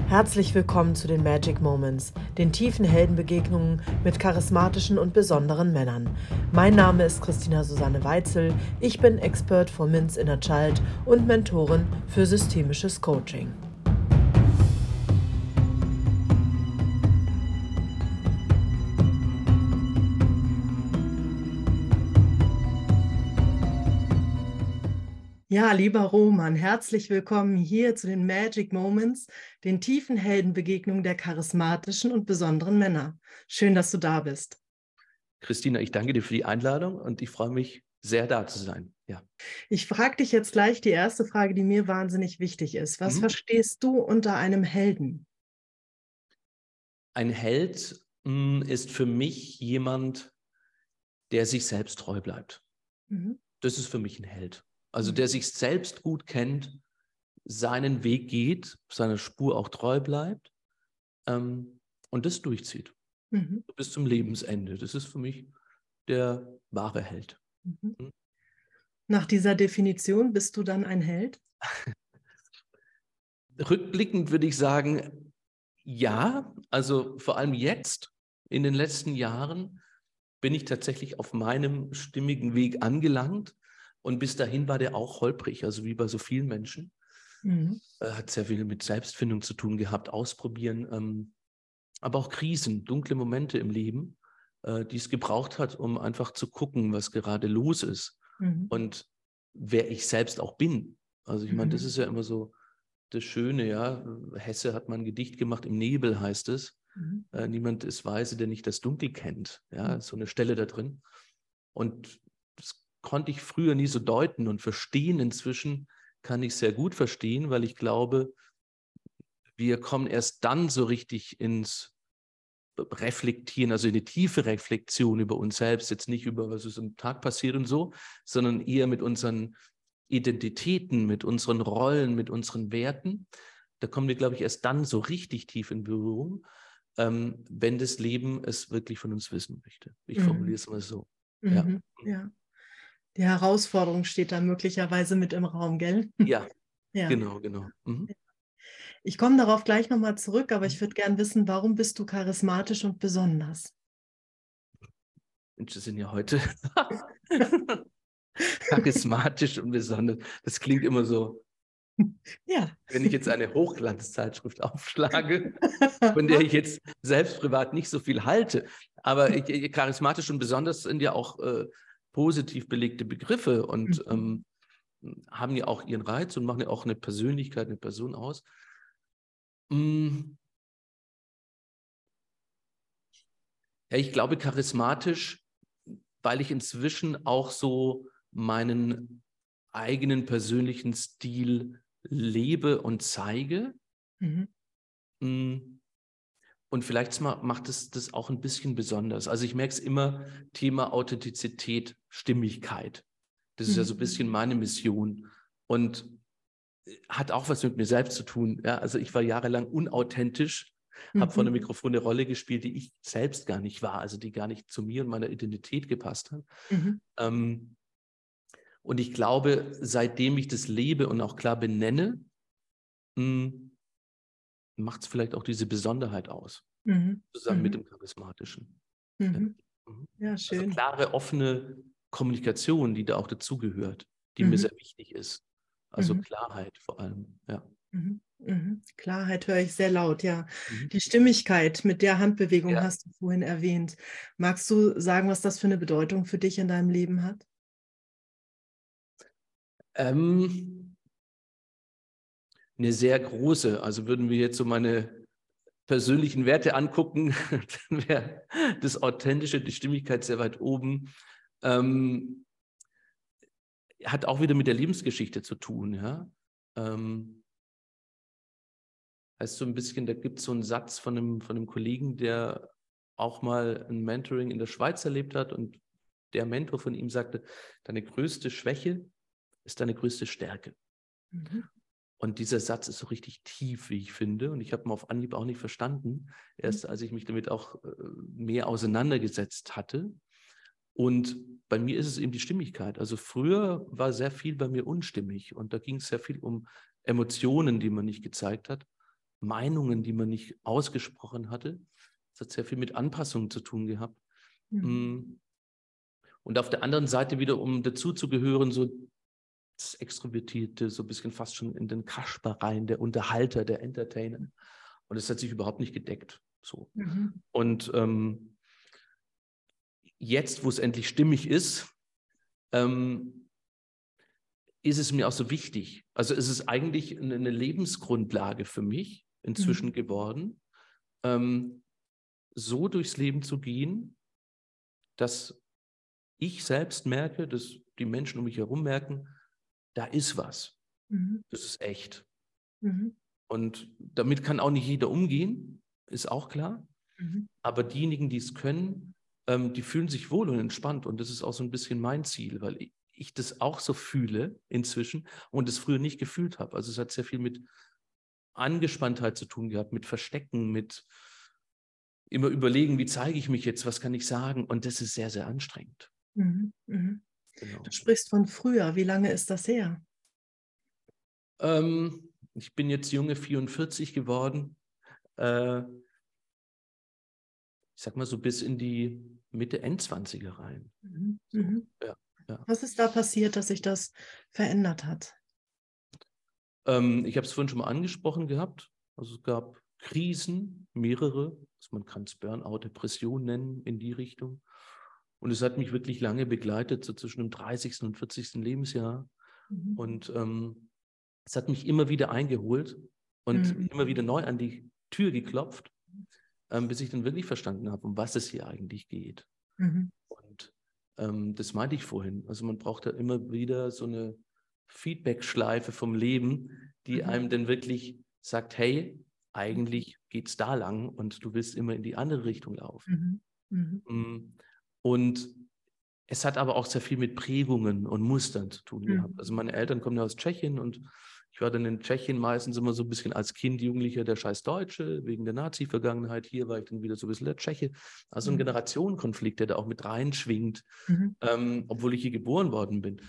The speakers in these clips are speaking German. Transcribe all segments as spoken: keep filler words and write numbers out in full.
Herzlich willkommen zu den Magic Moments, den tiefen Heldenbegegnungen mit charismatischen und besonderen Männern. Mein Name ist Christina Susanne Weitzel, ich bin Expert for Minds Inner Child und Mentorin für systemisches Coaching. Ja, lieber Roman, herzlich willkommen hier zu den Magic Moments, den tiefen Heldenbegegnungen der charismatischen und besonderen Männer. Schön, dass du da bist. Christina, ich danke dir für die Einladung und ich freue mich sehr, da zu sein. Ja. Ich frage dich jetzt gleich die erste Frage, die mir wahnsinnig wichtig ist. Was Mhm. verstehst du unter einem Helden? Ein Held mh, ist für mich jemand, der sich selbst treu bleibt. Mhm. Das ist für mich ein Held. Also Mhm. der sich selbst gut kennt, seinen Weg geht, seiner Spur auch treu bleibt ähm, und das durchzieht. Mhm. Bis zum Lebensende. Das ist für mich der wahre Held. Mhm. Mhm. Nach dieser Definition bist du dann ein Held? Rückblickend würde ich sagen, ja, also vor allem jetzt, in den letzten Jahren, bin ich tatsächlich auf meinem stimmigen Weg angelangt. Und bis dahin war der auch holprig, also wie bei so vielen Menschen. Mhm. Äh, hat sehr viel mit Selbstfindung zu tun gehabt, ausprobieren, ähm, aber auch Krisen, dunkle Momente im Leben, äh, die es gebraucht hat, um einfach zu gucken, was gerade los ist Mhm. und wer ich selbst auch bin. Also ich meine, das Mhm. ist ja immer so das Schöne, ja. Hesse hat mal ein Gedicht gemacht, im Nebel heißt es. Mhm. Äh, niemand ist weise, der nicht das Dunkel kennt. Ja, Mhm. so eine Stelle da drin. Und das konnte ich früher nie so deuten und verstehen. Inzwischen kann ich sehr gut verstehen, weil ich glaube, wir kommen erst dann so richtig ins Reflektieren, also in eine tiefe Reflexion über uns selbst, jetzt nicht über, was ist am Tag passiert und so, sondern eher mit unseren Identitäten, mit unseren Rollen, mit unseren Werten. Da kommen wir, glaube ich, erst dann so richtig tief in Berührung, ähm, wenn das Leben es wirklich von uns wissen möchte. Ich formuliere Mhm. es mal so. Ja. Mhm. Ja. Die Herausforderung steht da möglicherweise mit im Raum, gell? Ja, Ja. genau, genau. Mhm. Ich komme darauf gleich nochmal zurück, aber ich Mhm. würde gern wissen, warum bist du charismatisch und besonders? Menschen sind ja heute charismatisch und besonders. Das klingt immer so, Ja. wenn ich jetzt eine Hochglanzzeitschrift aufschlage, von der ich jetzt selbst privat nicht so viel halte. Aber ich, ich, charismatisch und besonders sind ja auch äh, positiv belegte Begriffe und ähm, haben ja auch ihren Reiz und machen ja auch eine Persönlichkeit, eine Person aus. Mm. Ja, ich glaube charismatisch, weil ich inzwischen auch so meinen eigenen persönlichen Stil lebe und zeige. Mhm. Mm. Und vielleicht macht es das auch ein bisschen besonders. Also ich merke es immer, Thema Authentizität, Stimmigkeit. Das ist ja so ein Mhm. bisschen meine Mission und hat auch was mit mir selbst zu tun. Ja, also ich war jahrelang unauthentisch, habe vor einem Mhm. Mikrofon eine Rolle gespielt, die ich selbst gar nicht war, also die gar nicht zu mir und meiner Identität gepasst hat. Mhm. Ähm, und ich glaube, seitdem ich das lebe und auch klar benenne, macht es vielleicht auch diese Besonderheit aus, Mhm. zusammen mit Mhm. dem Charismatischen. Ja. Mhm. Mhm. Ja, Also schön. klare, offene Kommunikation, die da auch dazugehört, die mir Mhm. sehr wichtig ist. Also Mhm. Klarheit vor allem, ja. Mhm. Mhm. Klarheit höre ich sehr laut, ja. Mhm. Die Stimmigkeit mit der Handbewegung Ja. hast du vorhin erwähnt. Magst du sagen, was das für eine Bedeutung für dich in deinem Leben hat? Ähm, eine sehr große. Also würden wir jetzt so meine persönlichen Werte angucken, dann wäre das Authentische, die Stimmigkeit sehr weit oben. Ähm, hat auch wieder mit der Lebensgeschichte zu tun, ja. Ähm, heißt so ein bisschen, da gibt es so einen Satz von einem, von einem Kollegen, der auch mal ein Mentoring in der Schweiz erlebt hat und der Mentor von ihm sagte, deine größte Schwäche ist deine größte Stärke. Mhm. Und dieser Satz ist so richtig tief, wie ich finde. Und ich habe ihn auf Anhieb auch nicht verstanden, erst als ich mich damit auch äh, mehr auseinandergesetzt hatte. Und bei mir ist es eben die Stimmigkeit. Also früher war sehr viel bei mir unstimmig und da ging es sehr viel um Emotionen, die man nicht gezeigt hat. Meinungen, die man nicht ausgesprochen hatte. Das hat sehr viel mit Anpassung zu tun gehabt. Mhm. Und auf der anderen Seite wieder, um dazuzugehören, so das Extrovertierte, so ein bisschen fast schon in den Kasper rein, der Unterhalter, der Entertainer. Und das hat sich überhaupt nicht gedeckt. So. Mhm. Und ähm, jetzt, wo es endlich stimmig ist, ähm, ist es mir auch so wichtig. Also es ist eigentlich eine Lebensgrundlage für mich inzwischen mhm. geworden, ähm, so durchs Leben zu gehen, dass ich selbst merke, dass die Menschen um mich herum merken, da ist was. Mhm. Das ist echt. Mhm. Und damit kann auch nicht jeder umgehen, ist auch klar. Mhm. Aber diejenigen, die es können, ähm, die fühlen sich wohl und entspannt. Und das ist auch so ein bisschen mein Ziel, weil ich, ich das auch so fühle inzwischen und es früher nicht gefühlt habe. Also es hat sehr viel mit Angespanntheit zu tun gehabt, mit Verstecken, mit immer überlegen, wie zeige ich mich jetzt, was kann ich sagen? Und das ist sehr, sehr anstrengend. Mhm. Mhm. Genau. Du sprichst von früher. Wie lange ist das her? Ähm, ich bin jetzt junge vierundvierzig geworden. Äh, ich sag mal so bis in die Mitte, Endzwanziger rein. Mhm. So, mhm. ja, ja. Was ist da passiert, dass sich das verändert hat? Ähm, ich habe es vorhin schon mal angesprochen gehabt. Also es gab Krisen, mehrere. Also man kann es Burnout, Depression nennen, in die Richtung. Und es hat mich wirklich lange begleitet, so zwischen dem dreißigsten und vierzigsten Lebensjahr. Mhm. Und ähm, es hat mich immer wieder eingeholt und mhm. immer wieder neu an die Tür geklopft, ähm, bis ich dann wirklich verstanden habe, um was es hier eigentlich geht. Mhm. Und ähm, das meinte ich vorhin. Also man braucht ja immer wieder so eine Feedback-Schleife vom Leben, die mhm. einem dann wirklich sagt, hey, eigentlich geht es da lang und du willst immer in die andere Richtung laufen. Mhm. Mhm. Und es hat aber auch sehr viel mit Prägungen und Mustern zu tun gehabt. Mhm. Also meine Eltern kommen ja aus Tschechien und ich war dann in Tschechien meistens immer so ein bisschen als Kind, Jugendlicher, der scheiß Deutsche, wegen der Nazi-Vergangenheit. Hier war ich dann wieder so ein bisschen der Tscheche. Also ein mhm. Generationenkonflikt, der da auch mit reinschwingt, mhm. ähm, obwohl ich hier geboren worden bin.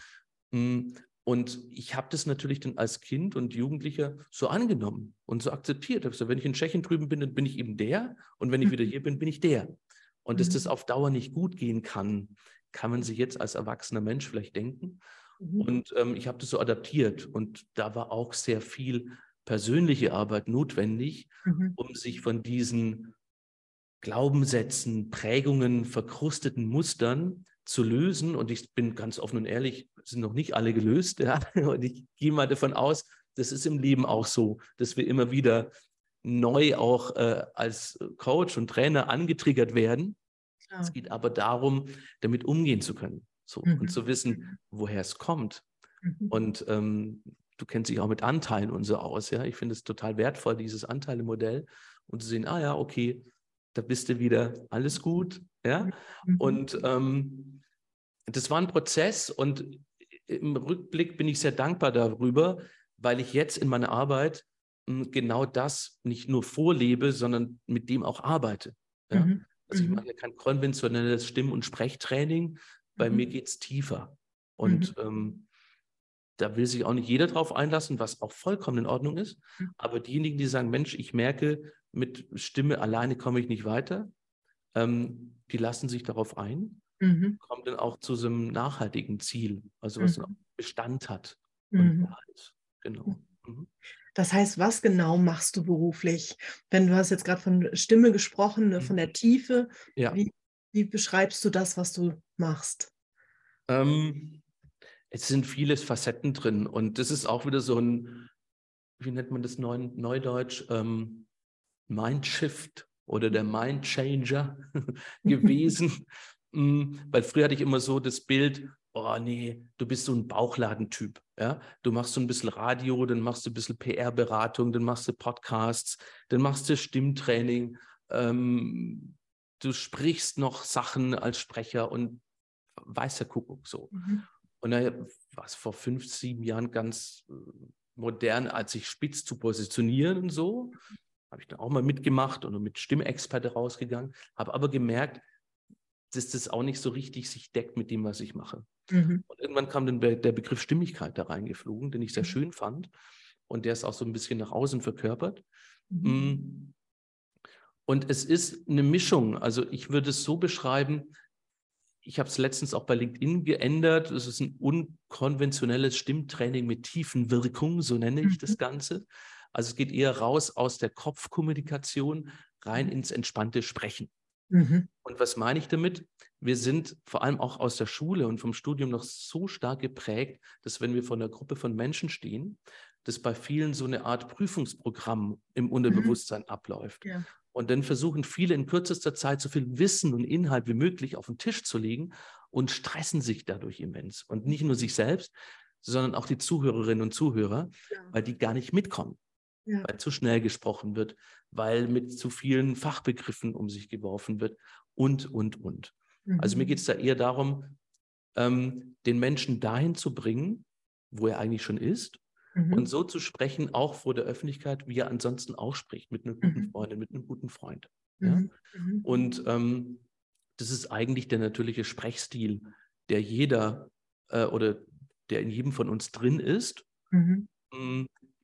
Und ich habe das natürlich dann als Kind und Jugendlicher so angenommen und so akzeptiert. Also wenn ich in Tschechien drüben bin, dann bin ich eben der und wenn ich wieder hier bin, bin ich der. Und mhm. dass das auf Dauer nicht gut gehen kann, kann man sich jetzt als erwachsener Mensch vielleicht denken. Mhm. Und ähm, ich habe das so adaptiert und da war auch sehr viel persönliche Arbeit notwendig, mhm. um sich von diesen Glaubenssätzen, Prägungen, verkrusteten Mustern zu lösen. Und ich bin ganz offen und ehrlich, sind noch nicht alle gelöst. Ja? Und ich gehe mal davon aus, das ist im Leben auch so, dass wir immer wieder neu auch äh, als Coach und Trainer angetriggert werden. Ja. Es geht aber darum, damit umgehen zu können. So, mhm. und zu wissen, woher es kommt. Mhm. Und ähm, du kennst dich auch mit Anteilen und so aus. Ja? Ich finde es total wertvoll, dieses Anteilemodell. Und zu sehen, ah ja, okay, da bist du wieder, alles gut. Ja? Mhm. Und ähm, das war ein Prozess und im Rückblick bin ich sehr dankbar darüber, weil ich jetzt in meiner Arbeit m, genau das nicht nur vorlebe, sondern mit dem auch arbeite. Ja? Mhm. Also ich mache ja kein konventionelles Stimm- und Sprechtraining. Bei mhm. mir geht es tiefer. Und mhm. ähm, da will sich auch nicht jeder drauf einlassen, was auch vollkommen in Ordnung ist. Mhm. Aber diejenigen, die sagen, Mensch, ich merke, mit Stimme alleine komme ich nicht weiter, ähm, die lassen sich darauf ein, mhm. kommen dann auch zu so einem nachhaltigen Ziel, also was mhm. einen Bestand hat und mhm. da ist. Genau. Mhm. Das heißt, was genau machst du beruflich? Wenn du hast jetzt gerade von Stimme gesprochen, ne, von der Tiefe, ja. wie, wie beschreibst du das, was du machst? Ähm, es sind viele Facetten drin und das ist auch wieder so ein, wie nennt man das Neu Neudeutsch, ähm, Mindshift oder der Mindchanger gewesen. Weil früher hatte ich immer so das Bild, oh nee, du bist so ein Bauchladentyp. Ja? Du machst so ein bisschen Radio, dann machst du ein bisschen P R-Beratung, dann machst du Podcasts, dann machst du Stimmtraining, ähm, du sprichst noch Sachen als Sprecher und weiß der Kuckuck so. Mhm. Und da war es vor fünf, sieben Jahren ganz modern, als sich spitz zu positionieren und so. Habe ich dann auch mal mitgemacht und mit Stimmexperte rausgegangen, habe aber gemerkt, dass das auch nicht so richtig sich deckt mit dem, was ich mache. Mhm. Und irgendwann kam dann der Begriff Stimmigkeit da reingeflogen, den ich sehr mhm. schön fand. und der ist auch so ein bisschen nach außen verkörpert. Mhm. Und es ist eine Mischung. Also ich würde es so beschreiben, ich habe es letztens auch bei LinkedIn geändert. Es ist ein unkonventionelles Stimmtraining mit Tiefenwirkung, so nenne ich das Ganze. Also es geht eher raus aus der Kopfkommunikation, rein ins entspannte Sprechen. Mhm. Und was meine ich damit? Wir sind vor allem auch aus der Schule und vom Studium noch so stark geprägt, dass wenn wir vor einer Gruppe von Menschen stehen, dass bei vielen so eine Art Prüfungsprogramm im Unterbewusstsein mhm. abläuft. Ja. Und dann versuchen viele in kürzester Zeit so viel Wissen und Inhalt wie möglich auf den Tisch zu legen und stressen sich dadurch immens. Und nicht nur sich selbst, sondern auch die Zuhörerinnen und Zuhörer, ja. weil die gar nicht mitkommen. Ja. Weil zu schnell gesprochen wird, weil mit zu vielen Fachbegriffen um sich geworfen wird und, und, und. Mhm. Also mir geht es da eher darum, ähm, den Menschen dahin zu bringen, wo er eigentlich schon ist, mhm. und so zu sprechen, auch vor der Öffentlichkeit, wie er ansonsten auch spricht, mit einer guten mhm. Freundin, mit einem guten Freund. Ja? Mhm. Und ähm, das ist eigentlich der natürliche Sprechstil, der jeder äh, oder der in jedem von uns drin ist, mhm. mh,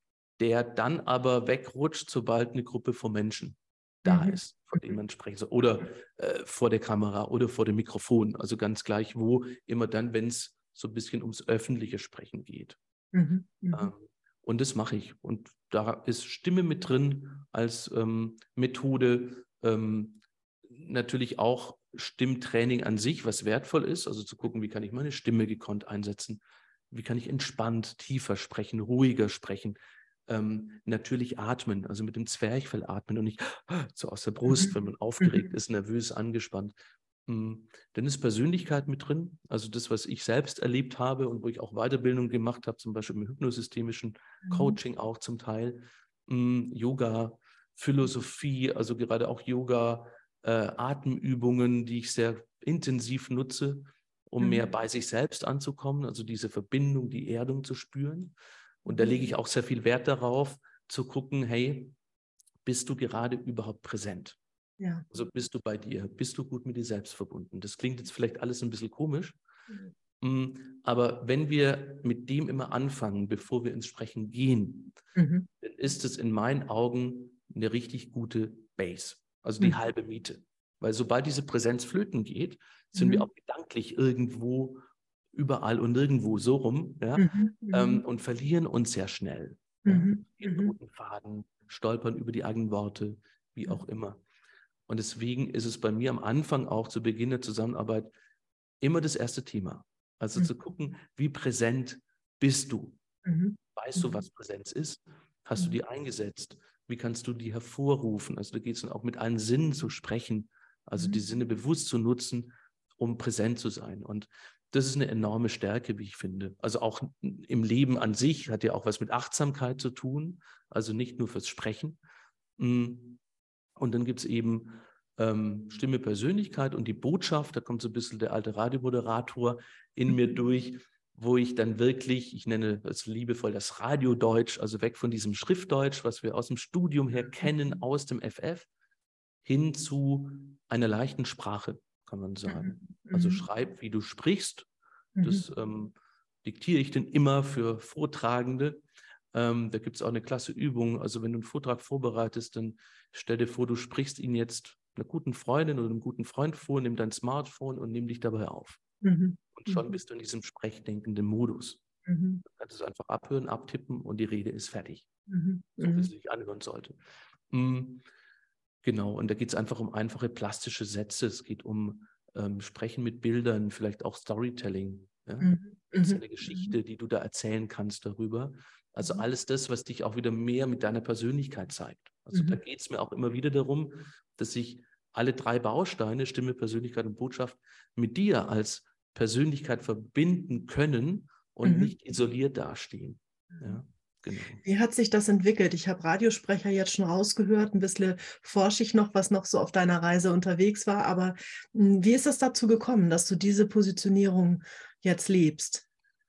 der dann aber wegrutscht, sobald eine Gruppe von Menschen da mhm. ist, von denen man sprechen soll. Oder äh, vor der Kamera oder vor dem Mikrofon. Also ganz gleich wo, immer dann, wenn es so ein bisschen ums öffentliche Sprechen geht. Mhm. Mhm. Ähm, und das mache ich. Und da ist Stimme mit drin als ähm, Methode. Ähm, natürlich auch Stimmtraining an sich, was wertvoll ist. Also zu gucken, wie kann ich meine Stimme gekonnt einsetzen. Wie kann ich entspannt, tiefer sprechen, ruhiger sprechen. Ähm, natürlich atmen, also mit dem Zwerchfell atmen und nicht so aus der Brust, mhm. wenn man aufgeregt mhm. ist, nervös, angespannt. Mhm. Dann ist Persönlichkeit mit drin, also das, was ich selbst erlebt habe und wo ich auch Weiterbildung gemacht habe, zum Beispiel im hypnosystemischen mhm. Coaching auch zum Teil, mhm. Yoga, Philosophie, also gerade auch Yoga, äh, Atemübungen, die ich sehr intensiv nutze, um mhm. mehr bei sich selbst anzukommen, also diese Verbindung, die Erdung zu spüren. Und da lege ich auch sehr viel Wert darauf, zu gucken, hey, bist du gerade überhaupt präsent? Ja. Also bist du bei dir? Bist du gut mit dir selbst verbunden? Das klingt jetzt vielleicht alles ein bisschen komisch, mhm. aber wenn wir mit dem immer anfangen, bevor wir ins Sprechen gehen, mhm. dann ist es in meinen Augen eine richtig gute Base, also die mhm. halbe Miete. Weil sobald diese Präsenz flöten geht, sind mhm. wir auch gedanklich irgendwo überall und nirgendwo so rum, ja, mhm, ähm, und verlieren uns sehr schnell. Mhm, ja, den roten Faden, stolpern über die eigenen Worte, wie auch immer. Und deswegen ist es bei mir am Anfang auch zu Beginn der Zusammenarbeit immer das erste Thema. Also mhm. zu gucken, wie präsent bist du? Mhm. Weißt du, was Präsenz ist? Hast mhm. du die eingesetzt? Wie kannst du die hervorrufen? Also da geht es dann auch mit allen Sinnen zu sprechen, also mhm. die Sinne bewusst zu nutzen, um präsent zu sein. Und das ist eine enorme Stärke, wie ich finde. Also auch im Leben an sich hat ja auch was mit Achtsamkeit zu tun, also nicht nur fürs Sprechen. Und dann gibt es eben ähm, Stimme, Persönlichkeit und die Botschaft, da kommt so ein bisschen der alte Radiomoderator in mir durch, wo ich dann wirklich, ich nenne es liebevoll das Radiodeutsch, also weg von diesem Schriftdeutsch, was wir aus dem Studium her kennen, aus dem F F, hin zu einer leichten Sprache, kann man sagen. Mhm. Also schreib, wie du sprichst. Das mhm. ähm, diktiere ich dann immer für Vortragende. Ähm, da gibt es auch eine klasse Übung. Also wenn du einen Vortrag vorbereitest, dann stell dir vor, du sprichst ihn jetzt einer guten Freundin oder einem guten Freund vor, nimm dein Smartphone und nimm dich dabei auf. Mhm. Und schon bist du in diesem sprechdenkenden Modus. Mhm. Du kannst es einfach abhören, abtippen und die Rede ist fertig. Mhm. So wie es sich anhören sollte. Mhm. Genau, und da geht es einfach um einfache plastische Sätze. Es geht um ähm, Sprechen mit Bildern, vielleicht auch Storytelling. Ja? Mhm. Das ist eine Geschichte, die du da erzählen kannst darüber. Also alles das, was dich auch wieder mehr mit deiner Persönlichkeit zeigt. Also mhm. da geht es mir auch immer wieder darum, dass ich alle drei Bausteine, Stimme, Persönlichkeit und Botschaft, mit dir als Persönlichkeit verbinden können und mhm. nicht isoliert dastehen. Ja? Genau. Wie hat sich das entwickelt? Ich habe Radiosprecher jetzt schon rausgehört, ein bisschen forsche ich noch, was noch so auf deiner Reise unterwegs war, aber mh, wie ist es dazu gekommen, dass du diese Positionierung jetzt lebst?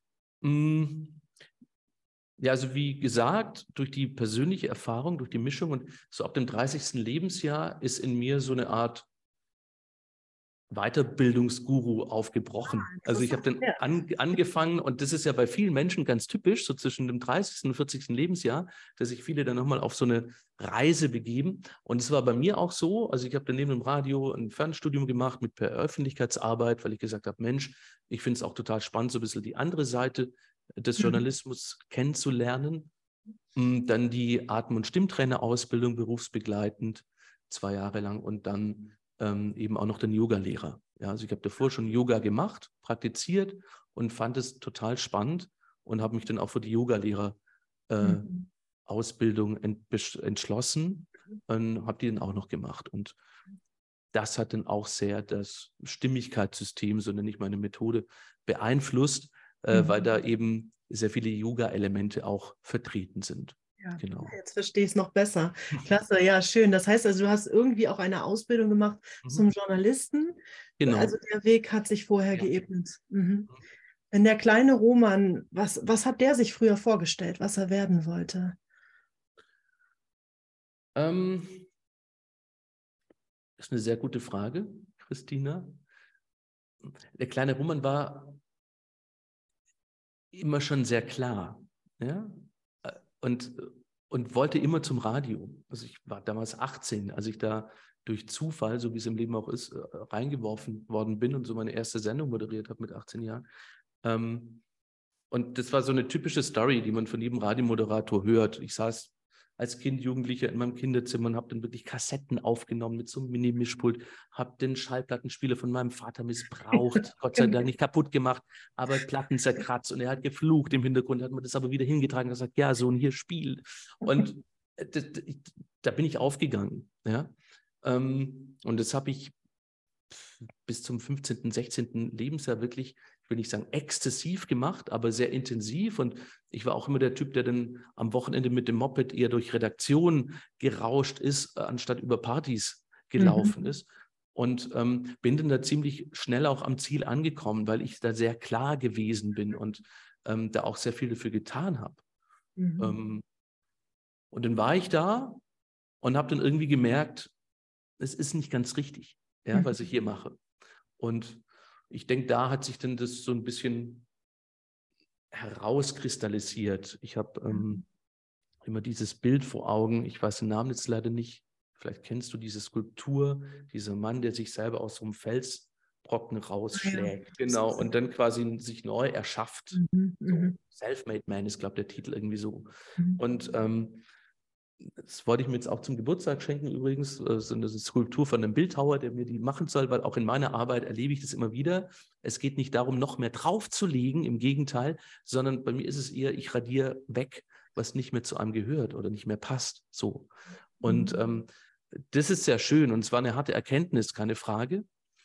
Ja, also wie gesagt, durch die persönliche Erfahrung, durch die Mischung und so ab dem dreißigsten Lebensjahr ist in mir so eine Art Weiterbildungsguru aufgebrochen. Ah, Also ich habe dann ja. an, angefangen, und das ist ja bei vielen Menschen ganz typisch, so zwischen dem dreißigsten und vierzigsten Lebensjahr, dass sich viele dann nochmal auf so eine Reise begeben. Und es war bei mir auch so, also ich habe dann neben dem Radio ein Fernstudium gemacht mit per Öffentlichkeitsarbeit, weil ich gesagt habe, Mensch, ich finde es auch total spannend, so ein bisschen die andere Seite des Journalismus kennenzulernen. Dann die Atem- und Stimmtrainerausbildung berufsbegleitend, zwei Jahre lang, und dann ähm, eben auch noch den Yoga-Lehrer. Ja, also ich habe davor schon Yoga gemacht, praktiziert und fand es total spannend und habe mich dann auch für die Yoga-Lehrer-Ausbildung äh, ent entschlossen und habe die dann auch noch gemacht. Und das hat dann auch sehr das Stimmigkeitssystem, so nenne ich meine Methode, beeinflusst, äh, mhm. weil da eben sehr viele Yoga-Elemente auch vertreten sind. Ja, genau. Jetzt verstehe ich es noch besser. Klasse, ja, schön. Das heißt also, du hast irgendwie auch eine Ausbildung gemacht mhm. zum Journalisten. Genau. Also der Weg hat sich vorher ja. geebnet. Mhm. Mhm. Wenn der kleine Roman, was, was hat der sich früher vorgestellt, was er werden wollte? Ähm, das ist eine sehr gute Frage, Christina. Der kleine Roman war immer schon sehr klar, ja, und, und wollte immer zum Radio. Also ich war damals achtzehn, als ich da durch Zufall, so wie es im Leben auch ist, reingeworfen worden bin und so meine erste Sendung moderiert habe mit achtzehn Jahren. Ähm, und das war so eine typische Story, die man von jedem Radiomoderator hört. Ich saß als Kind, Jugendlicher in meinem Kinderzimmer und habe dann wirklich Kassetten aufgenommen mit so einem Mini-Mischpult, habe den Schallplattenspieler von meinem Vater missbraucht, Gott sei Dank nicht kaputt gemacht, aber Platten zerkratzt, und er hat geflucht im Hintergrund, hat mir das aber wieder hingetragen und gesagt, ja, Sohn, hier, spiel. Und das, da bin ich aufgegangen. Ja? Und das habe ich bis zum fünfzehnten, sechzehnten Lebensjahr wirklich, ich will nicht sagen exzessiv gemacht, aber sehr intensiv. Und ich war auch immer der Typ, der dann am Wochenende mit dem Moped eher durch Redaktion gerauscht ist, anstatt über Partys gelaufen mhm. ist. Und ähm, bin dann da ziemlich schnell auch am Ziel angekommen, weil ich da sehr klar gewesen bin und ähm, da auch sehr viel dafür getan habe. Mhm. Ähm, und dann war ich da und habe dann irgendwie gemerkt, es ist nicht ganz richtig, ja, was ich hier mache. Und ich denke, da hat sich dann das so ein bisschen herauskristallisiert. Ich habe ähm, immer dieses Bild vor Augen, ich weiß den Namen jetzt leider nicht, vielleicht kennst du diese Skulptur, dieser Mann, der sich selber aus so einem Felsbrocken rausschlägt. Ja. Genau, und dann quasi sich neu erschafft. Mhm. So, Self-Made Man ist, glaube ich, der Titel irgendwie so. Mhm. Und ähm, das wollte ich mir jetzt auch zum Geburtstag schenken übrigens, so eine Skulptur von einem Bildhauer, der mir die machen soll, weil auch in meiner Arbeit erlebe ich das immer wieder. Es geht nicht darum, noch mehr draufzulegen, im Gegenteil, sondern bei mir ist es eher, ich radiere weg, was nicht mehr zu einem gehört oder nicht mehr passt. So. Und mhm. ähm, das ist sehr schön, und es war eine harte Erkenntnis, keine Frage.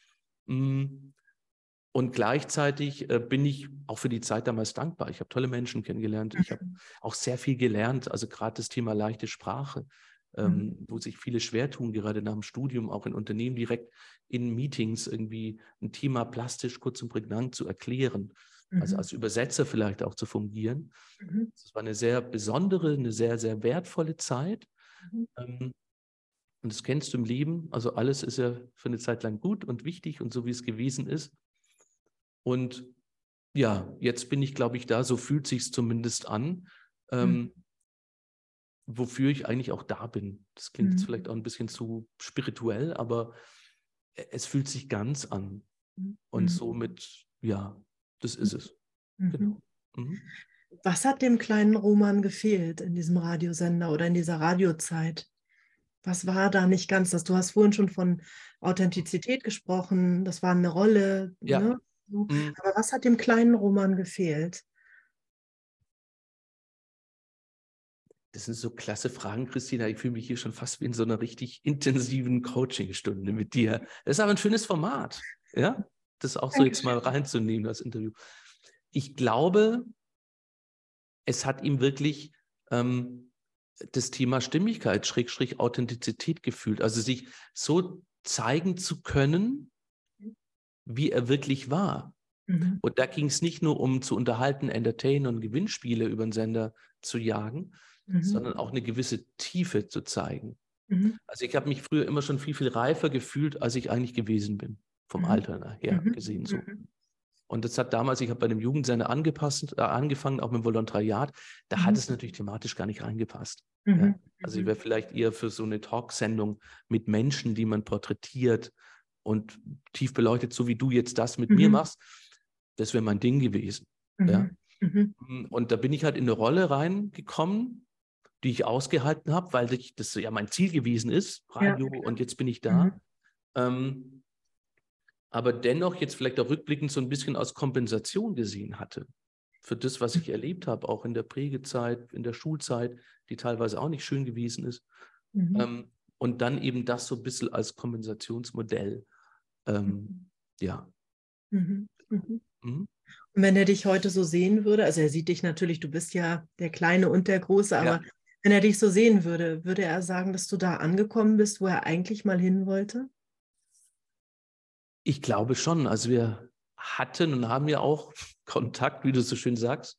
Mm. Und gleichzeitig äh, bin ich auch für die Zeit damals dankbar. Ich habe tolle Menschen kennengelernt. Ich habe auch sehr viel gelernt. Also gerade das Thema leichte Sprache, ähm, mhm. wo sich viele schwer tun, gerade nach dem Studium, auch in Unternehmen direkt in Meetings irgendwie ein Thema plastisch, kurz und prägnant zu erklären. Mhm. Also als Übersetzer vielleicht auch zu fungieren. Mhm. Das war eine sehr besondere, eine sehr, sehr wertvolle Zeit. Mhm. Ähm, und das kennst du im Leben. Also alles ist ja für eine Zeit lang gut und wichtig und so, wie es gewesen ist. Und ja, jetzt bin ich, glaube ich, da, so fühlt es sich zumindest an, ähm, mhm. wofür ich eigentlich auch da bin. Das klingt mhm. jetzt vielleicht auch ein bisschen zu spirituell, aber es fühlt sich ganz an. Mhm. Und somit, ja, das ist es. Mhm. Genau. Mhm. Was hat dem kleinen Roman gefehlt in diesem Radiosender oder in dieser Radiozeit? Was war da nicht ganz das? Du hast vorhin schon von Authentizität gesprochen, das war eine Rolle, ja. ne? Mhm. Aber was hat dem kleinen Roman gefehlt? Das sind so klasse Fragen, Christina. Ich fühle mich hier schon fast wie in so einer richtig intensiven Coachingstunde mit dir. Das ist aber ein schönes Format, ja? Das auch so jetzt mal reinzunehmen, das Interview. Ich glaube, es hat ihm wirklich ähm, das Thema Stimmigkeit, Schrägstrich Authentizität gefühlt. Also sich so zeigen zu können, wie er wirklich war. Mhm. Und da ging es nicht nur um zu unterhalten, entertainen und Gewinnspiele über den Sender zu jagen, mhm. sondern auch eine gewisse Tiefe zu zeigen. Mhm. Also ich habe mich früher immer schon viel, viel reifer gefühlt, als ich eigentlich gewesen bin. vom Mhm. Alter her Mhm. gesehen so. Mhm. Und das hat damals, ich habe bei einem Jugendsender angepasst, äh, angefangen, auch mit dem Volontariat, da Mhm. hat es natürlich thematisch gar nicht reingepasst. Mhm. Ja. Also ich Mhm. wäre vielleicht eher für so eine Talksendung mit Menschen, die man porträtiert und tief beleuchtet, so wie du jetzt das mit mir Mhm. machst. Das wäre mein Ding gewesen. Ja. Mhm. Mhm. Und da bin ich halt in eine Rolle reingekommen, die ich ausgehalten habe, weil ich, das ja mein Ziel gewesen ist, Ja. Radio, und jetzt bin ich Mhm. da. Ähm, aber dennoch jetzt vielleicht auch rückblickend so ein bisschen als Kompensation gesehen hatte für das, was ich erlebt habe, auch in der Prägezeit, in der Schulzeit, die teilweise auch nicht schön gewesen ist. Mhm. Ähm, und dann eben das so ein bisschen als Kompensationsmodell. Ähm, ja. Mhm. Mhm. Mhm. Und wenn er dich heute so sehen würde, also er sieht dich natürlich, du bist ja der Kleine und der Große, Ja. aber wenn er dich so sehen würde, würde er sagen, dass du da angekommen bist, wo er eigentlich mal hin wollte? Ich glaube schon. Also wir hatten und haben ja auch Kontakt, wie du so schön sagst.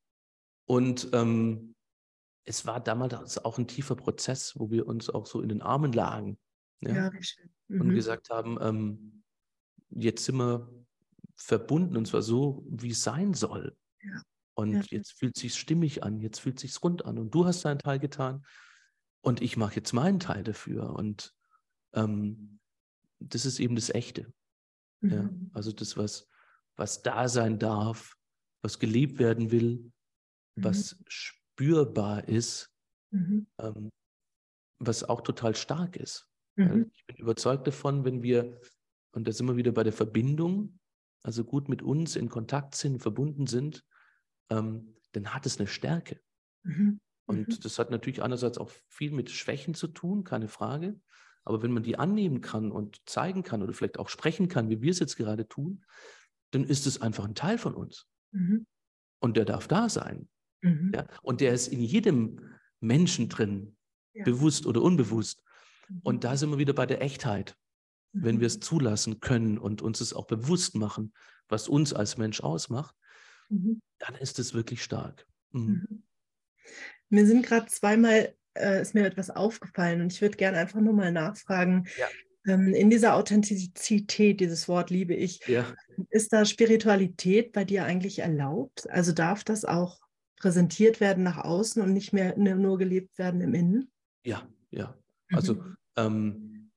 Und ähm, es war damals auch ein tiefer Prozess, wo wir uns auch so in den Armen lagen, ja, Ja, wie schön. und Mhm. gesagt haben, ähm, jetzt sind wir verbunden und zwar so, wie es sein soll. Ja. Ja. Und jetzt fühlt es sich stimmig an, jetzt fühlt es sich rund an. Und du hast deinen Teil getan und ich mache jetzt meinen Teil dafür. Und ähm, das ist eben das Echte. Ja? Mhm. Also das, was, was da sein darf, was gelebt werden will, Mhm. was spürbar ist, Mhm. ähm, was auch total stark ist. Weil Mhm. ich bin überzeugt davon, wenn wir, und da sind wir wieder bei der Verbindung, also gut mit uns in Kontakt sind, verbunden sind, ähm, dann hat es eine Stärke. Mhm. Mhm. Und das hat natürlich einerseits auch viel mit Schwächen zu tun, keine Frage. Aber wenn man die annehmen kann und zeigen kann oder vielleicht auch sprechen kann, wie wir es jetzt gerade tun, dann ist es einfach ein Teil von uns. Mhm. Und der darf da sein. Mhm. Ja? Und der ist in jedem Menschen drin, Ja. bewusst oder unbewusst. Mhm. Und da sind wir wieder bei der Echtheit. Wenn Mhm. wir es zulassen können und uns es auch bewusst machen, was uns als Mensch ausmacht, Mhm. dann ist es wirklich stark. Mhm. Mhm. Mir sind gerade zweimal, äh, ist mir etwas aufgefallen und ich würde gerne einfach nur mal nachfragen, Ja. ähm, in dieser Authentizität, dieses Wort liebe ich, Ja. ist da Spiritualität bei dir eigentlich erlaubt? Also darf das auch präsentiert werden nach außen und nicht mehr nur gelebt werden im Innen? Ja, ja. Also Mhm. ähm,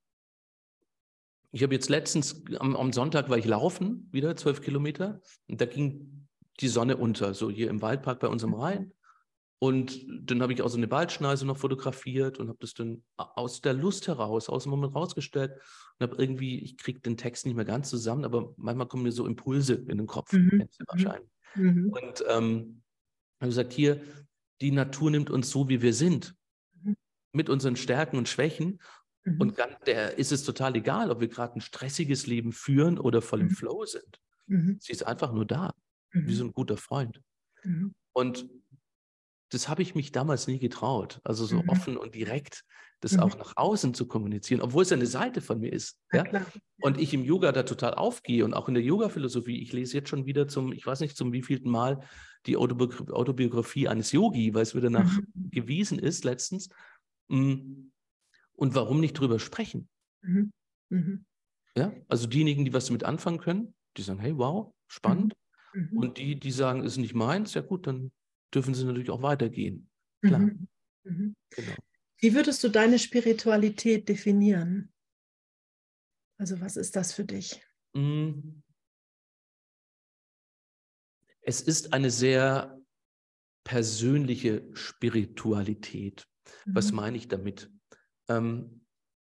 ich habe jetzt letztens, am, am Sonntag war ich laufen, wieder zwölf Kilometer, und da ging die Sonne unter, so hier im Waldpark bei unserem Rhein. Und dann habe ich auch so eine Waldschneise noch fotografiert und habe das dann aus der Lust heraus, aus dem Moment rausgestellt und habe irgendwie, ich kriege den Text nicht mehr ganz zusammen, aber manchmal kommen mir so Impulse in den Kopf, Mhm. kennst du wahrscheinlich. Mhm. Und ähm, habe gesagt, hier, die Natur nimmt uns so, wie wir sind, Mhm. mit unseren Stärken und Schwächen. Mhm. Und ganz, der ist es total egal, ob wir gerade ein stressiges Leben führen oder voll im Mhm. Flow sind. Mhm. Sie ist einfach nur da, wie so Mhm. ein guter Freund. Mhm. Und das habe ich mich damals nie getraut, also so Mhm. offen und direkt das Mhm. auch nach außen zu kommunizieren, obwohl es eine Seite von mir ist. Na Ja? klar. Und ich im Yoga da total aufgehe und auch in der Yoga-Philosophie. Ich lese jetzt schon wieder zum, ich weiß nicht, zum wievielten Mal die Autobi- Autobiografie eines Yogi, weil es wieder nach Mhm. gewiesen ist letztens. Und warum nicht drüber sprechen? Mhm. Mhm. Ja? Also diejenigen, die was damit anfangen können, die sagen, hey, wow, spannend. Mhm. Und die, die sagen, ist nicht meins, ja gut, dann dürfen sie natürlich auch weitergehen. Klar, Mhm. Mhm. genau. Wie würdest du deine Spiritualität definieren? Also was ist das für dich? Es ist eine sehr persönliche Spiritualität. Was Mhm. meine ich damit? Ähm,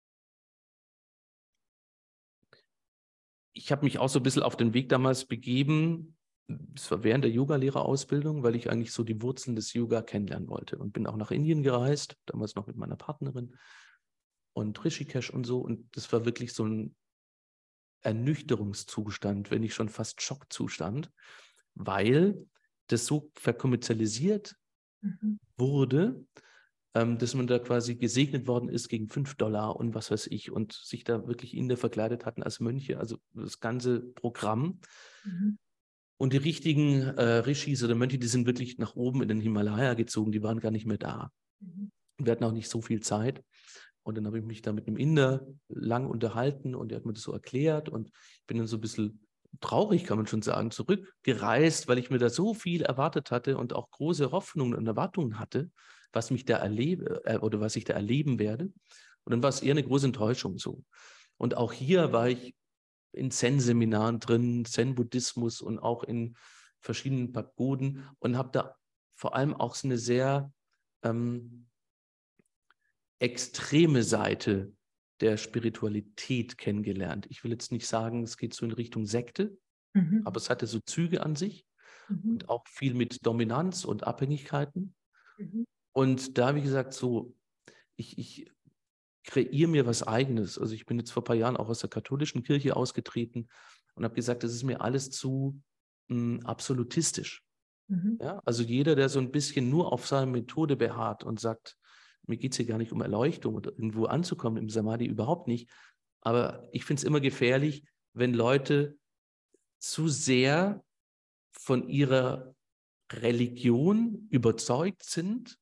ich habe mich auch so ein bisschen auf den Weg damals begeben. Es war während der Yoga-Lehrerausbildung, weil ich eigentlich so die Wurzeln des Yoga kennenlernen wollte und bin auch nach Indien gereist, damals noch mit meiner Partnerin und Rishikesh und so. Und das war wirklich so ein Ernüchterungszustand, wenn nicht schon fast Schockzustand, weil das so verkommerzialisiert Mhm. wurde, ähm, dass man da quasi gesegnet worden ist gegen fünf Dollar und was weiß ich und sich da wirklich Inder verkleidet hatten als Mönche, also das ganze Programm. Mhm. Und die richtigen äh, Rishis oder Mönche, die sind wirklich nach oben in den Himalaya gezogen, die waren gar nicht mehr da. Mhm. Wir hatten auch nicht so viel Zeit. Und dann habe ich mich da mit einem Inder lang unterhalten und er hat mir das so erklärt und ich bin dann so ein bisschen traurig, kann man schon sagen, zurückgereist, weil ich mir da so viel erwartet hatte und auch große Hoffnungen und Erwartungen hatte, was mich da erlebe äh, oder was ich da erleben werde. Und dann war es eher eine große Enttäuschung so. Und auch hier war ich in Zen-Seminaren drin, Zen-Buddhismus und auch in verschiedenen Pagoden und habe da vor allem auch so eine sehr ähm, extreme Seite der Spiritualität kennengelernt. Ich will jetzt nicht sagen, es geht so in Richtung Sekte, Mhm. aber es hatte so Züge an sich Mhm. und auch viel mit Dominanz und Abhängigkeiten. Mhm. Und da, wie gesagt, so, ich, ich kreiere mir was Eigenes. Also ich bin jetzt vor ein paar Jahren auch aus der katholischen Kirche ausgetreten und habe gesagt, das ist mir alles zu mh, absolutistisch. Mhm. Ja? Also jeder, der so ein bisschen nur auf seine Methode beharrt und sagt, mir geht es hier gar nicht um Erleuchtung oder irgendwo anzukommen im Samadhi, überhaupt nicht. Aber ich finde es immer gefährlich, wenn Leute zu sehr von ihrer Religion überzeugt sind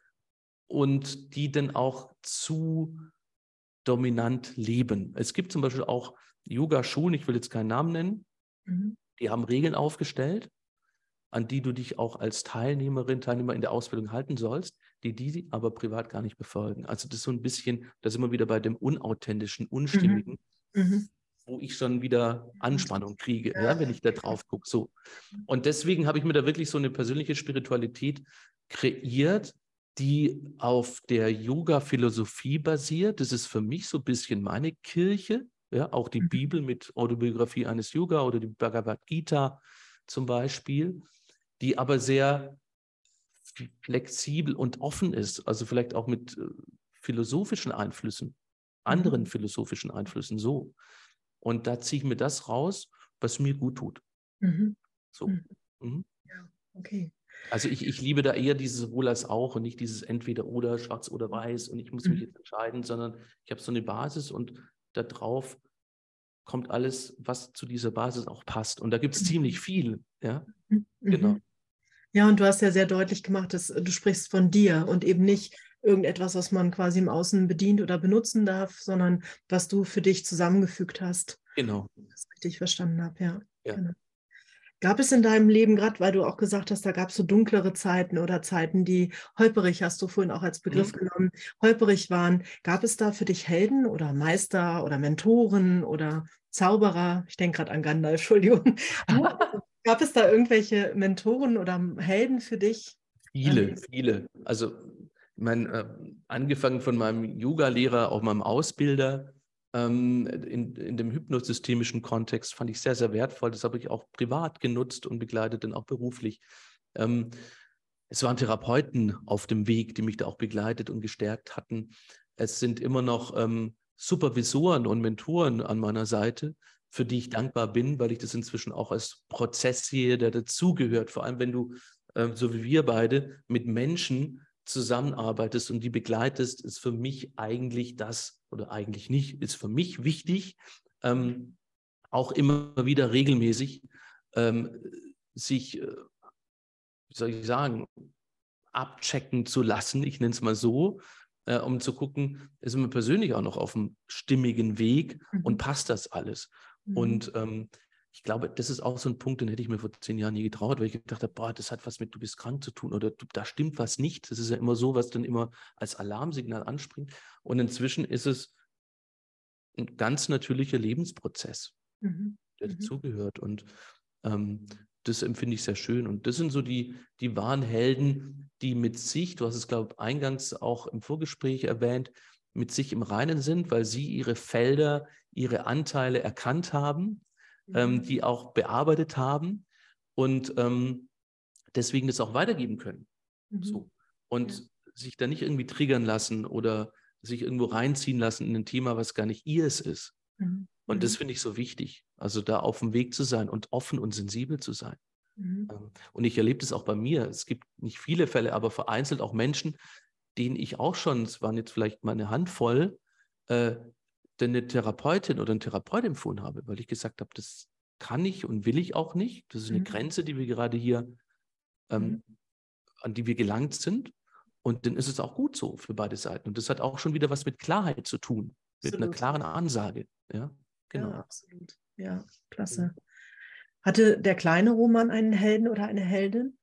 und die dann auch zu dominant leben. Es gibt zum Beispiel auch Yoga-Schulen, ich will jetzt keinen Namen nennen, Mhm. die haben Regeln aufgestellt, an die du dich auch als Teilnehmerin, Teilnehmer in der Ausbildung halten sollst, die die aber privat gar nicht befolgen. Also das ist so ein bisschen, da sind wir wieder bei dem Unauthentischen, Mhm. Unstimmigen, Mhm. wo ich schon wieder Anspannung kriege, ja, wenn Ja. ich da drauf gucke. So. Und deswegen habe ich mir da wirklich so eine persönliche Spiritualität kreiert, die auf der Yoga-Philosophie basiert. Das ist für mich so ein bisschen meine Kirche, ja, auch die Mhm. Bibel mit Autobiografie eines Yoga oder die Bhagavad Gita zum Beispiel, die aber sehr flexibel und offen ist, also vielleicht auch mit äh, philosophischen Einflüssen, anderen Mhm. philosophischen Einflüssen so. Und da ziehe ich mir das raus, was mir gut tut. Mhm. So. Mhm. Mhm. Ja, okay. Also ich, ich liebe da eher dieses sowohl als auch und nicht dieses entweder oder, schwarz oder weiß und ich muss mich Mhm. jetzt entscheiden, sondern ich habe so eine Basis und da drauf kommt alles, was zu dieser Basis auch passt. Und da gibt es ziemlich viel. Ja, Mhm. genau. Mhm. Ja, und du hast ja sehr deutlich gemacht, dass du sprichst von dir und eben nicht irgendetwas, was man quasi im Außen bedient oder benutzen darf, sondern was du für dich zusammengefügt hast. Genau. Wenn ich das richtig verstanden habe, ja. Ja. Genau. Gab es in deinem Leben, gerade weil du auch gesagt hast, da gab es so dunklere Zeiten oder Zeiten, die holperig, hast du vorhin auch als Begriff Mhm. genommen, holperig waren. Gab es da für dich Helden oder Meister oder Mentoren oder Zauberer? Ich denke gerade an Gandalf, Entschuldigung. Gab es da irgendwelche Mentoren oder Helden für dich? An Viele, denen- viele. Also, ich meine, äh, angefangen von meinem Yoga-Lehrer, auch meinem Ausbilder, ähm, in, in dem hypnosystemischen Kontext fand ich sehr, sehr wertvoll. Das habe ich auch privat genutzt und begleitet dann auch beruflich. Ähm, es waren Therapeuten auf dem Weg, die mich da auch begleitet und gestärkt hatten. Es sind immer noch ähm, Supervisoren und Mentoren an meiner Seite, für die ich dankbar bin, weil ich das inzwischen auch als Prozess sehe, der dazugehört. Vor allem, wenn du äh, so wie wir beide, mit Menschen zusammenarbeitest und die begleitest, ist für mich eigentlich das, oder eigentlich nicht, ist für mich wichtig, ähm, auch immer wieder regelmäßig ähm, sich, äh, wie soll ich sagen, abchecken zu lassen, ich nenne es mal so, äh, um zu gucken, ist man persönlich auch noch auf dem stimmigen Weg und Mhm. passt das alles? Mhm. Und ähm, ich glaube, das ist auch so ein Punkt, den hätte ich mir vor zehn Jahren nie getraut, weil ich gedacht habe, boah, das hat was mit, du bist krank zu tun oder du, da stimmt was nicht. Das ist ja immer so, was dann immer als Alarmsignal anspringt. Und inzwischen ist es ein ganz natürlicher Lebensprozess, Mhm. der Mhm. dazugehört. Und ähm, das empfinde ich sehr schön. Und das sind so die, die wahren Helden, die mit sich, du hast es, glaube ich, eingangs auch im Vorgespräch erwähnt, mit sich im Reinen sind, weil sie ihre Felder, ihre Anteile erkannt haben, ähm, Mhm. die auch bearbeitet haben und ähm, deswegen das auch weitergeben können. Mhm. So. Ja. Und sich da nicht irgendwie triggern lassen oder sich irgendwo reinziehen lassen in ein Thema, was gar nicht ihres ist. Mhm. Und das Mhm. finde ich so wichtig. Also da auf dem Weg zu sein und offen und sensibel zu sein. Mhm. Ähm, Und ich erlebe das auch bei mir. Es gibt nicht viele Fälle, aber vereinzelt auch Menschen, denen ich auch schon, es waren jetzt vielleicht mal eine Handvoll, äh, eine Therapeutin oder einen Therapeut empfohlen habe, weil ich gesagt habe, das kann ich und will ich auch nicht. Das ist eine Mhm. Grenze, die wir gerade hier, Mhm. ähm, an die wir gelangt sind. Und dann ist es auch gut so für beide Seiten. Und das hat auch schon wieder was mit Klarheit zu tun, mit einer Absolut. klaren Ansage. Ja, genau. Ja, absolut. Ja, klasse. Hatte der kleine Roman einen Helden oder eine Heldin?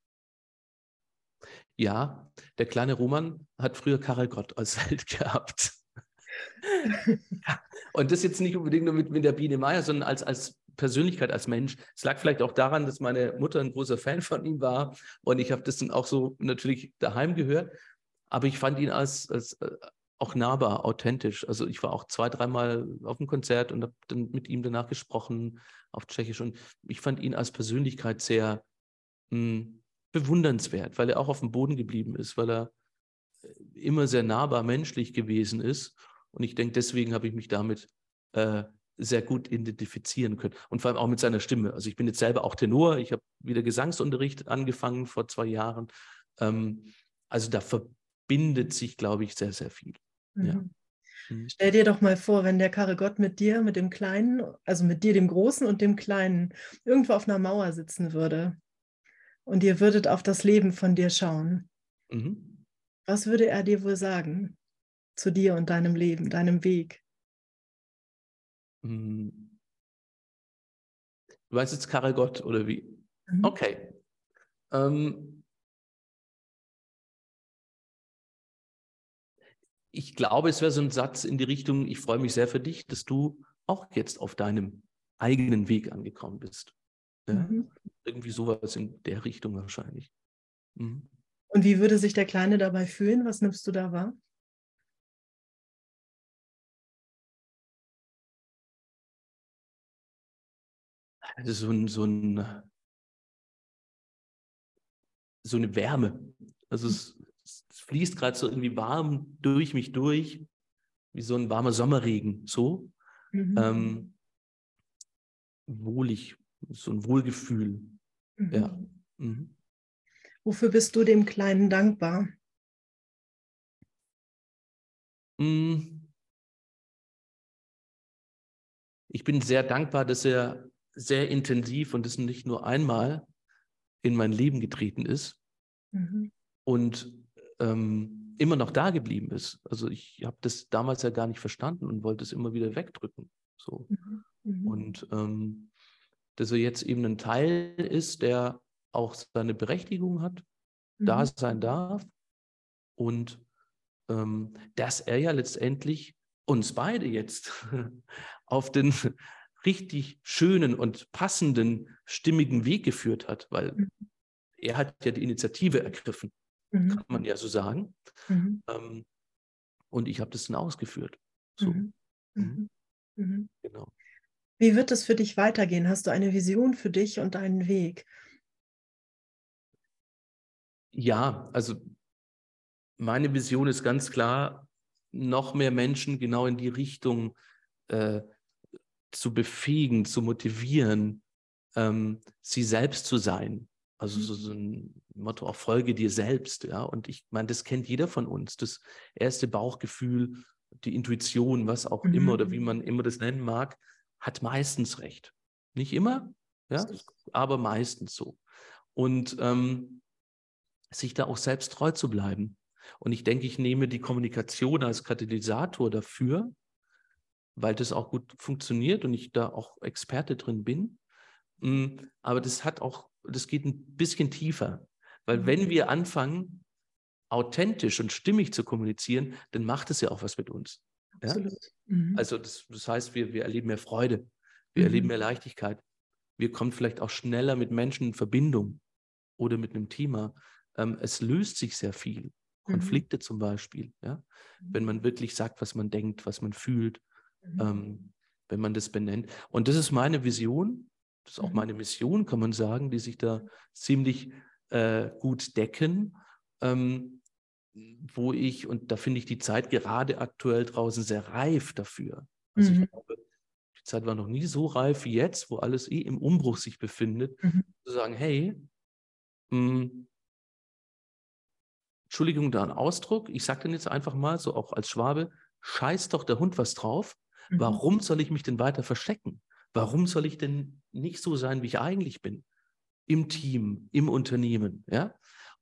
Ja, der kleine Roman hat früher Karel Gott als Held gehabt. Ja. Und das jetzt nicht unbedingt nur mit, mit der Biene Meier, sondern als, als Persönlichkeit, als Mensch. Es lag vielleicht auch daran, dass meine Mutter ein großer Fan von ihm war und ich habe das dann auch so natürlich daheim gehört. Aber ich fand ihn als, als äh, auch nahbar, authentisch. Also ich war auch zwei, dreimal auf dem Konzert und habe dann mit ihm danach gesprochen auf Tschechisch. Und ich fand ihn als Persönlichkeit sehr mh, bewundernswert, weil er auch auf dem Boden geblieben ist, weil er immer sehr nahbar menschlich gewesen ist. Und ich denke, deswegen habe ich mich damit äh, sehr gut identifizieren können. Und vor allem auch mit seiner Stimme. Also ich bin jetzt selber auch Tenor. Ich habe wieder Gesangsunterricht angefangen vor zwei Jahren. Ähm, also da verbindet sich, glaube ich, sehr, sehr viel. Mhm. Ja. Mhm. Stell dir doch mal vor, wenn der Karel Gott mit dir, mit dem Kleinen, also mit dir, dem Großen und dem Kleinen, irgendwo auf einer Mauer sitzen würde und ihr würdet auf das Leben von dir schauen. Mhm. Was würde er dir wohl sagen zu dir und deinem Leben, deinem Weg? Mhm. Du weißt jetzt Karel Gott, oder wie? Mhm. Okay. Ähm, ich glaube, es wäre so ein Satz in die Richtung, ich freue mich sehr für dich, dass du auch jetzt auf deinem eigenen Weg angekommen bist. Ja? Mhm. Irgendwie sowas in der Richtung wahrscheinlich. Mhm. Und wie würde sich der Kleine dabei fühlen? Was nimmst du da wahr? Das ist so, ein, so, ein, so eine Wärme. Also es, es fließt gerade so irgendwie warm durch mich durch, wie so ein warmer Sommerregen. So Mhm. ähm, wohlig, so ein Wohlgefühl. Mhm. Ja. Mhm. Wofür bist du dem Kleinen dankbar? Mhm. Ich bin sehr dankbar, dass er sehr intensiv und das nicht nur einmal in mein Leben getreten ist Mhm. und ähm, immer noch da geblieben ist. Also ich habe das damals ja gar nicht verstanden und wollte es immer wieder wegdrücken. So. Mhm. Mhm. Und ähm, dass er jetzt eben ein Teil ist, der auch seine Berechtigung hat, da Mhm. sein darf und ähm, dass er ja letztendlich uns beide jetzt auf den richtig schönen und passenden, stimmigen Weg geführt hat, weil er hat ja die Initiative ergriffen, Mhm. kann man ja so sagen. Mhm. Ähm, und ich habe das dann ausgeführt. So, Mhm. mhm, Mhm. Mhm. genau. Wie wird es für dich weitergehen? Hast du eine Vision für dich und deinen Weg? Ja, also meine Vision ist ganz klar, noch mehr Menschen genau in die Richtung äh, zu befähigen, zu motivieren, ähm, sie selbst zu sein. Also so, so ein Motto, auch folge dir selbst. Ja? Und ich meine, das kennt jeder von uns. Das erste Bauchgefühl, die Intuition, was auch immer Mhm. oder wie man immer das nennen mag, hat meistens recht. Nicht immer, ja, aber meistens so. Und ähm, sich da auch selbst treu zu bleiben. Und ich denke, ich nehme die Kommunikation als Katalysator dafür, weil das auch gut funktioniert und ich da auch Experte drin bin. Aber das hat auch, das geht ein bisschen tiefer. Weil wenn wir anfangen, authentisch und stimmig zu kommunizieren, dann macht es ja auch was mit uns. Ja? Absolut. Mhm. Also das, das heißt, wir, wir erleben mehr Freude, wir Mhm. erleben mehr Leichtigkeit. Wir kommen vielleicht auch schneller mit Menschen in Verbindung oder mit einem Thema. Ähm, es löst sich sehr viel. Konflikte zum Beispiel, ja? Wenn man wirklich sagt, was man denkt, was man fühlt, Mhm. ähm, wenn man das benennt. Und das ist meine Vision, das ist auch Mhm. meine Mission, kann man sagen, die sich da ziemlich äh, gut decken, ähm, wo ich, und da finde ich die Zeit gerade aktuell draußen sehr reif dafür. Also ich Mhm. glaube, die Zeit war noch nie so reif wie jetzt, wo alles eh im Umbruch sich befindet, Mhm. zu sagen, hey, mh, Entschuldigung, da ein Ausdruck, ich sage den jetzt einfach mal, so auch als Schwabe, scheiß doch der Hund was drauf, Mhm. warum soll ich mich denn weiter verstecken? Warum soll ich denn nicht so sein, wie ich eigentlich bin? Im Team, im Unternehmen, ja?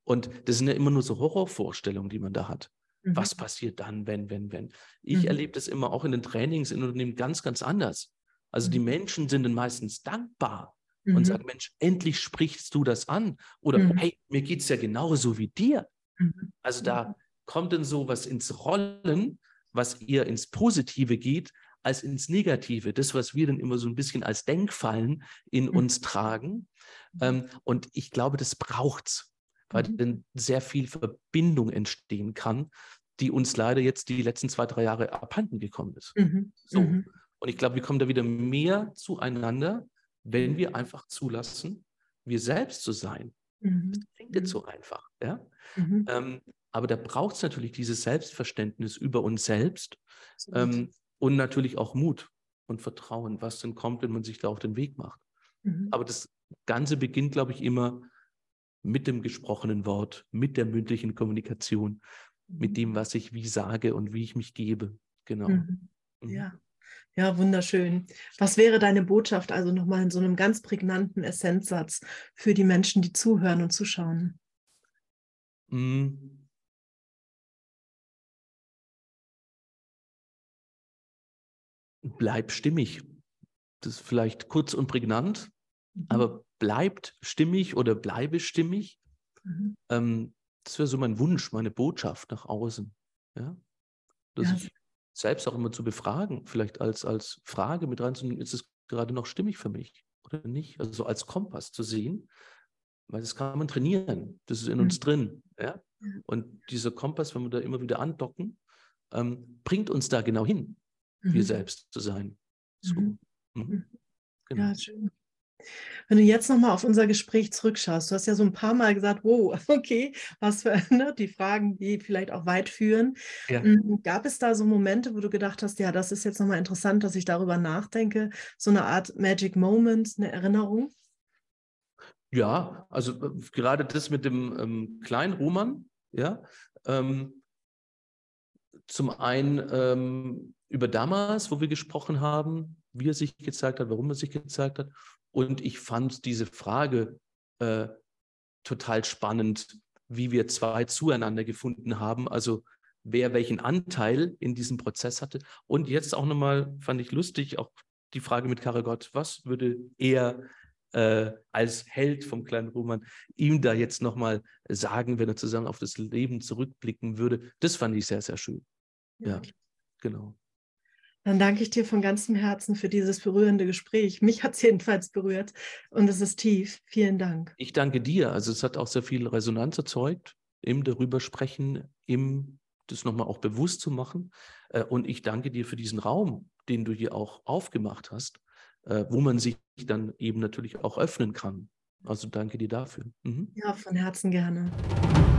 Und das sind ja immer nur so Horrorvorstellungen, die man da hat. Mhm. Was passiert dann, wenn, wenn, wenn? Ich Mhm. erlebe das immer auch in den Trainings in Unternehmen ganz, ganz anders. Also die Mhm. Menschen sind dann meistens dankbar Mhm. und sagen, Mensch, endlich sprichst du das an. Oder, Mhm. hey, mir geht es ja genauso wie dir. Mhm. Also da kommt dann so was ins Rollen, was eher ins Positive geht, als ins Negative. Das, was wir dann immer so ein bisschen als Denkfallen in Mhm. uns tragen. Ähm, und ich glaube, das braucht's, weil Mhm. dann sehr viel Verbindung entstehen kann, die uns leider jetzt die letzten zwei, drei Jahre abhanden gekommen ist. Mhm. So. Mhm. Und ich glaube, wir kommen da wieder mehr zueinander, wenn wir einfach zulassen, wir selbst zu sein. Das Mhm. klingt jetzt so einfach, ja. Mhm. Ähm, aber da braucht es natürlich dieses Selbstverständnis über uns selbst Absolut. ähm, und natürlich auch Mut und Vertrauen, was dann kommt, wenn man sich da auf den Weg macht. Mhm. Aber das Ganze beginnt, glaube ich, immer mit dem gesprochenen Wort, mit der mündlichen Kommunikation, mit dem, was ich wie sage und wie ich mich gebe. Genau. Mhm. Mhm. Ja. Ja, wunderschön. Was wäre deine Botschaft, also nochmal in so einem ganz prägnanten Essenzsatz für die Menschen, die zuhören und zuschauen? Mhm. Bleib stimmig. Das ist vielleicht kurz und prägnant, Mhm. aber bleibt stimmig oder bleibe stimmig. Mhm. Ähm, das wäre so mein Wunsch, meine Botschaft nach außen. Ja? Dass Ja. ich selbst auch immer zu befragen, vielleicht als, als Frage mit reinzunehmen, ist es gerade noch stimmig für mich oder nicht? Also so als Kompass zu sehen, weil das kann man trainieren. Das ist in uns Mhm. drin. Ja? Und dieser Kompass, wenn wir da immer wieder andocken, ähm, bringt uns da genau hin, wir Mhm. selbst zu sein. So. Mhm. Mhm. Genau. Ja, schön. Wenn du jetzt nochmal auf unser Gespräch zurückschaust, du hast ja so ein paar Mal gesagt, wow, okay, was für ne, die Fragen, die vielleicht auch weit führen. Ja. Mhm. Gab es da so Momente, wo du gedacht hast, ja, das ist jetzt nochmal interessant, dass ich darüber nachdenke, so eine Art Magic Moment, eine Erinnerung? Ja, also äh, gerade das mit dem ähm, kleinen Roman, ja, ähm, zum einen ähm, über damals, wo wir gesprochen haben, wie er sich gezeigt hat, warum er sich gezeigt hat. Und ich fand diese Frage äh, total spannend, wie wir zwei zueinander gefunden haben, also wer welchen Anteil in diesem Prozess hatte. Und jetzt auch nochmal, fand ich lustig, auch die Frage mit Karagot, was würde er äh, als Held vom kleinen Roman ihm da jetzt nochmal sagen, wenn er zusammen auf das Leben zurückblicken würde. Das fand ich sehr, sehr schön. Ja, genau. Dann danke ich dir von ganzem Herzen für dieses berührende Gespräch. Mich hat es jedenfalls berührt und es ist tief. Vielen Dank. Ich danke dir. Also es hat auch sehr viel Resonanz erzeugt, im darüber sprechen, im das nochmal auch bewusst zu machen. Äh, Und ich danke dir für diesen Raum, den du hier auch aufgemacht hast, äh, wo man sich dann eben natürlich auch öffnen kann. Also danke dir dafür. Mhm. Ja, von Herzen gerne.